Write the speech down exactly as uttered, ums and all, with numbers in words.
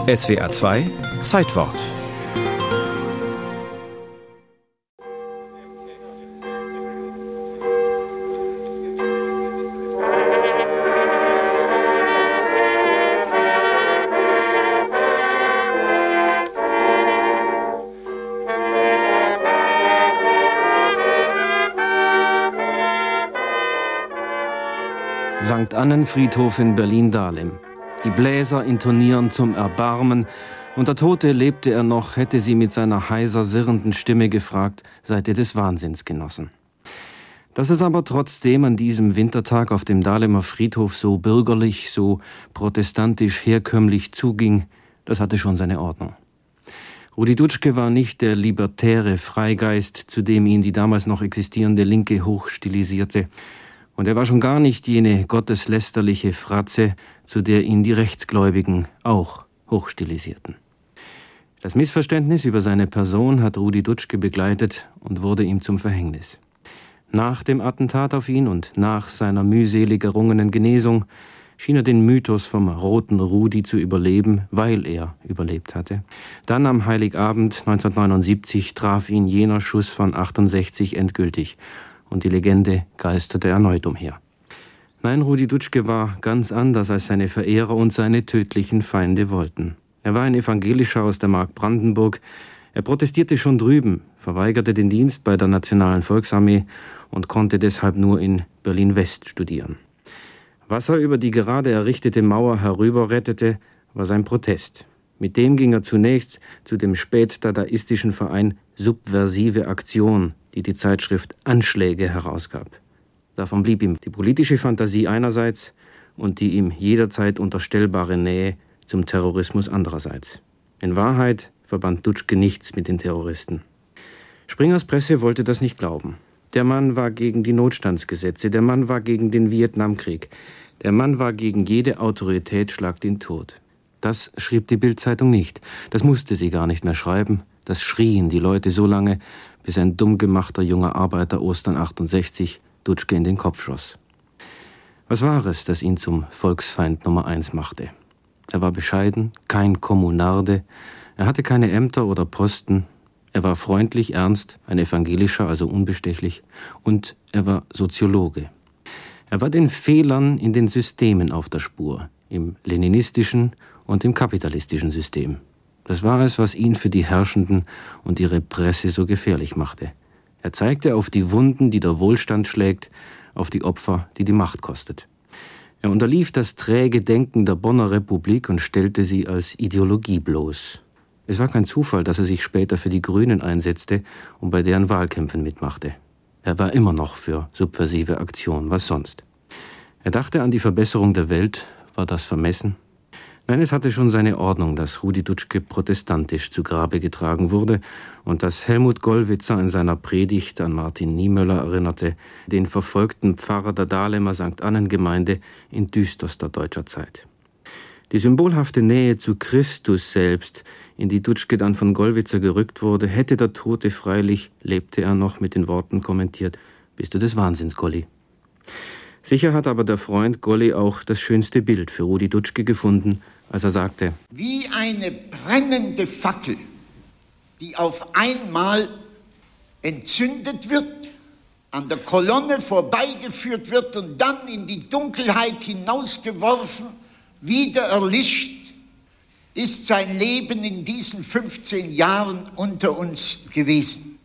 S W R zwei Zeitwort. Sankt Annenfriedhof in Berlin-Dahlem. Die Bläser intonieren zum Erbarmen, und der Tote, lebte er noch, hätte sie mit seiner heiser sirrenden Stimme gefragt, seid ihr des Wahnsinns genossen. Dass es aber trotzdem an diesem Wintertag auf dem Dahlemer Friedhof so bürgerlich, so protestantisch herkömmlich zuging, das hatte schon seine Ordnung. Rudi Dutschke war nicht der libertäre Freigeist, zu dem ihn die damals noch existierende Linke hochstilisierte. Und er war schon gar nicht jene gotteslästerliche Fratze, zu der ihn die Rechtsgläubigen auch hochstilisierten. Das Missverständnis über seine Person hat Rudi Dutschke begleitet und wurde ihm zum Verhängnis. Nach dem Attentat auf ihn und nach seiner mühselig errungenen Genesung schien er den Mythos vom roten Rudi zu überleben, weil er überlebt hatte. Dann am Heiligabend neunzehnhundertneunundsiebzig traf ihn jener Schuss von achtundsechzig endgültig. Und die Legende geisterte erneut umher. Nein, Rudi Dutschke war ganz anders, als seine Verehrer und seine tödlichen Feinde wollten. Er war ein Evangelischer aus der Mark Brandenburg. Er protestierte schon drüben, verweigerte den Dienst bei der Nationalen Volksarmee und konnte deshalb nur in Berlin-West studieren. Was er über die gerade errichtete Mauer herüber rettete, war sein Protest. Mit dem ging er zunächst zu dem spätdadaistischen Verein Subversive Aktion, die die Zeitschrift Anschläge herausgab. Davon blieb ihm die politische Fantasie einerseits und die ihm jederzeit unterstellbare Nähe zum Terrorismus andererseits. In Wahrheit verband Dutschke nichts mit den Terroristen. Springers Presse wollte das nicht glauben. Der Mann war gegen die Notstandsgesetze, der Mann war gegen den Vietnamkrieg, der Mann war gegen jede Autorität, schlagt ihn tot. Das schrieb die Bild-Zeitung nicht. Das musste sie gar nicht mehr schreiben. Das schrien die Leute so lange, bis ein dumm gemachter junger Arbeiter Ostern achtundsechzig Dutschke in den Kopf schoss. Was war es, das ihn zum Volksfeind Nummer eins machte? Er war bescheiden, kein Kommunarde, er hatte keine Ämter oder Posten, er war freundlich, ernst, ein Evangelischer, also unbestechlich, und er war Soziologe. Er war den Fehlern in den Systemen auf der Spur, im leninistischen und im kapitalistischen System. Das war es, was ihn für die Herrschenden und ihre Presse so gefährlich machte. Er zeigte auf die Wunden, die der Wohlstand schlägt, auf die Opfer, die die Macht kostet. Er unterlief das träge Denken der Bonner Republik und stellte sie als Ideologie bloß. Es war kein Zufall, dass er sich später für die Grünen einsetzte und bei deren Wahlkämpfen mitmachte. Er war immer noch für subversive Aktion, was sonst. Er dachte an die Verbesserung der Welt, war das vermessen? Nein, es hatte schon seine Ordnung, dass Rudi Dutschke protestantisch zu Grabe getragen wurde und dass Helmut Gollwitzer in seiner Predigt an Martin Niemöller erinnerte, den verfolgten Pfarrer der Dahlemer Sankt Annengemeinde in düsterster deutscher Zeit. Die symbolhafte Nähe zu Christus selbst, in die Dutschke dann von Gollwitzer gerückt wurde, hätte der Tote freilich, lebte er noch, mit den Worten kommentiert, bist du des Wahnsinns, Golli. Sicher hat aber der Freund Golli auch das schönste Bild für Rudi Dutschke gefunden, als er sagte: Wie eine brennende Fackel, die auf einmal entzündet wird, an der Kolonne vorbeigeführt wird und dann in die Dunkelheit hinausgeworfen, wieder erlischt, ist sein Leben in diesen fünfzehn Jahren unter uns gewesen.